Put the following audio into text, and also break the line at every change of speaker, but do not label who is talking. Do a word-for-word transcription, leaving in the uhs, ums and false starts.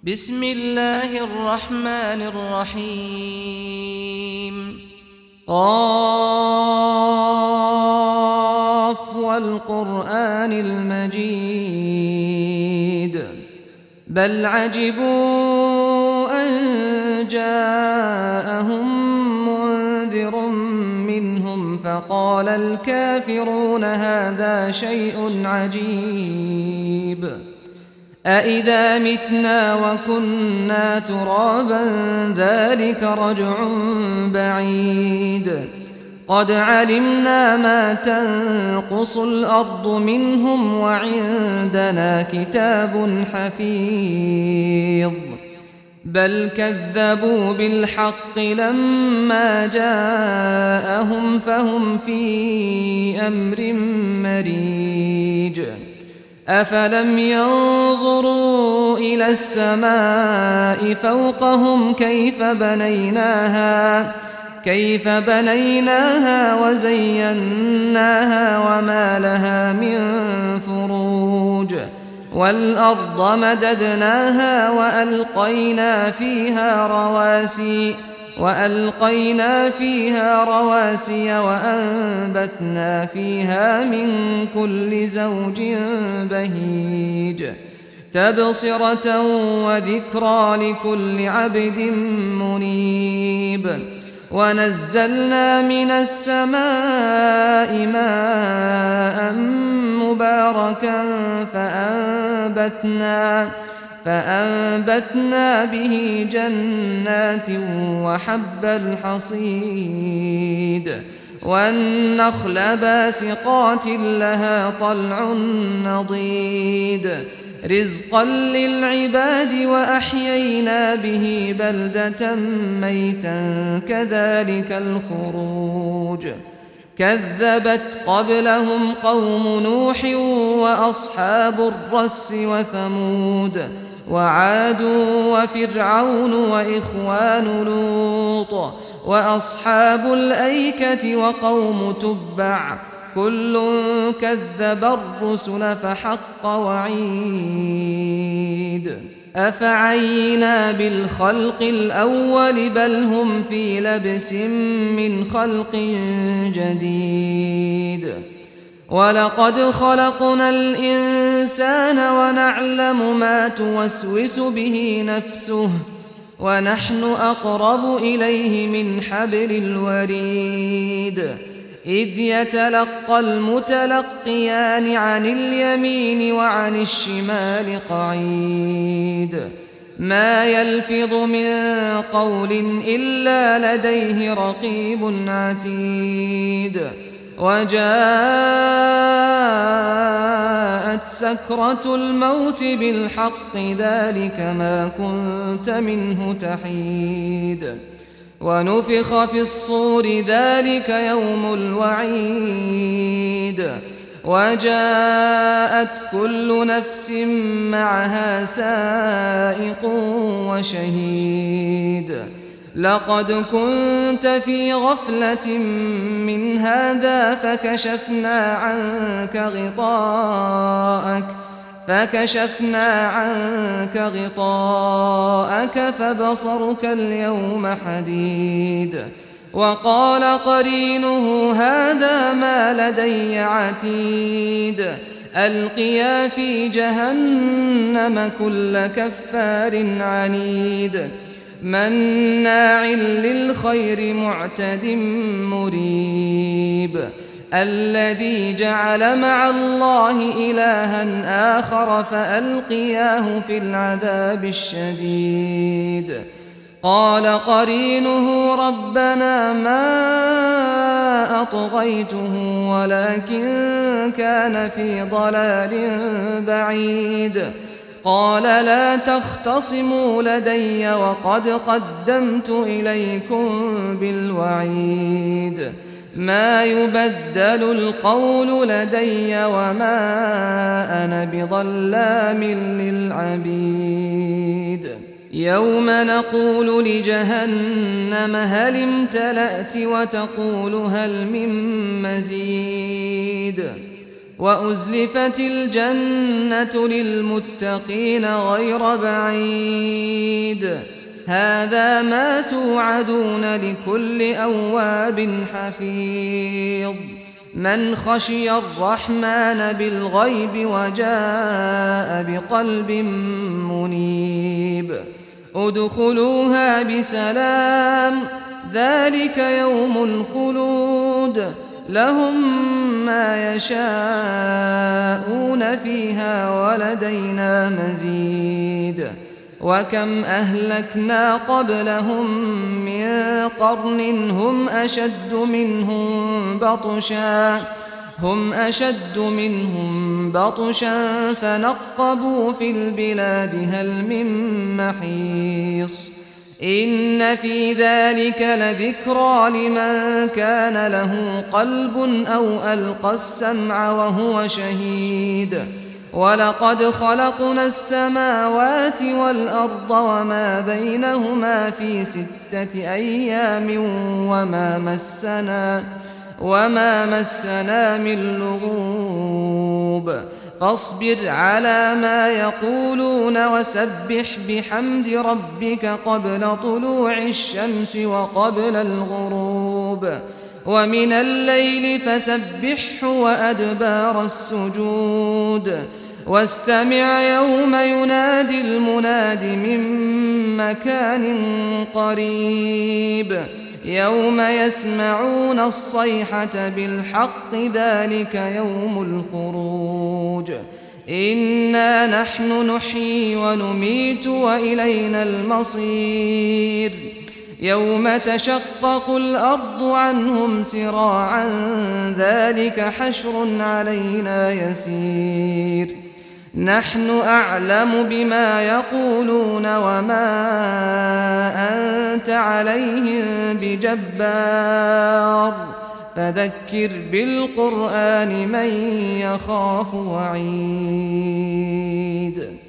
بسم الله الرحمن الرحيم. قاف والقرآن المجيد بل عجبوا أن جاءهم منذر منهم فقال الكافرون هذا شيء عجيب أإذا متنا وكنا ترابا ذلك رجع بعيد قد علمنا ما تنقص الأرض منهم وعندنا كتاب حفيظ بل كذبوا بالحق لما جاءهم فهم في أمر مريج أفلم ينظروا إلى السماء فوقهم كيف بنيناها كيف بنيناها وزيناها وما لها من فروج والأرض مددناها وألقينا فيها رواسي وألقينا فيها رواسي وأنبتنا فيها من كل زوج بهيج تبصرة وذكرى لكل عبد منيب ونزلنا من السماء ماء مباركا فأنبتنا فأنبتنا به جنات وحب الحصيد والنخل باسقات لها طلع نضيد رزقا للعباد وأحيينا به بلدة ميتا كذلك الخروج كذبت قبلهم قوم نوح وأصحاب الرس وثمود وعاد وفرعون وإخوان لوط وأصحاب الأيكة وقوم تبع كل كذب الرسل فحق وعيد أفعينا بالخلق الأول بل هم في لبس من خلق جديد ولقد خلقنا الإنسان ونعلم ما توسوس به نفسه ونحن أقرب إليه من حبل الوريد إذ يتلقى المتلقيان عن اليمين وعن الشمال قعيد ما يلفظ من قول إلا لديه رقيب عتيد وجاءت سكرة الموت بالحق ذلك ما كنت منه تحيد ونفخ في الصور ذلك يوم الوعيد وجاءت كل نفس معها سائق وشهيد لقد كنت في غفلة من هذا فكشفنا عنك غطاءك فكشفنا عنك غطاءك فبصرك اليوم حديد وقال قرينه هذا ما لدي عتيد ألقيا في جهنم كل كفار عنيد مناع للخير معتد مريب الذي جعل مع الله إلها آخر فألقياه في العذاب الشديد قال قرينه ربنا ما أطغيته ولكن كان في ضلال بعيد قال لا تختصموا لدي وقد قدمت إليكم بالوعيد ما يبدل القول لدي وما أنا بظلام للعبيد يوم نقول لجهنم هل امتلأت وتقول هل من مزيد وأزلفت الجنة للمتقين غير بعيد هذا ما توعدون لكل أواب حفيظ من خشي الرحمن بالغيب وجاء بقلب منيب ادخلوها بسلام ذلك يوم الخلود لهم ما يشاءون فيها ولدينا مزيد وكم أهلكنا قبلهم من قرن هم أشد منهم بطشا هم أشد منهم بطشا فنقبوا في البلاد هل من محيص إن في ذلك لذكرى لمن كان له قلب أو ألقى السمع وهو شهيد ولقد خلقنا السماوات والأرض وما بينهما في ستة أيام وما مسنا وما مسنا من لغوب فاصبر على ما يقولون وسبح بحمد ربك قبل طلوع الشمس وقبل الغروب ومن الليل فسبحه وأدبار السجود واستمع يوم ينادي المناد من مكان قريب يوم يسمعون الصيحة بالحق ذلك يوم الخروج إنا نحن نحيي ونميت وإلينا المصير يوم تشقق الأرض عنهم سراعا ذلك حشر علينا يسير نحن أعلم بما يقولون وما أنت عليهم بجبار فذكر بالقرآن من يخاف وعيد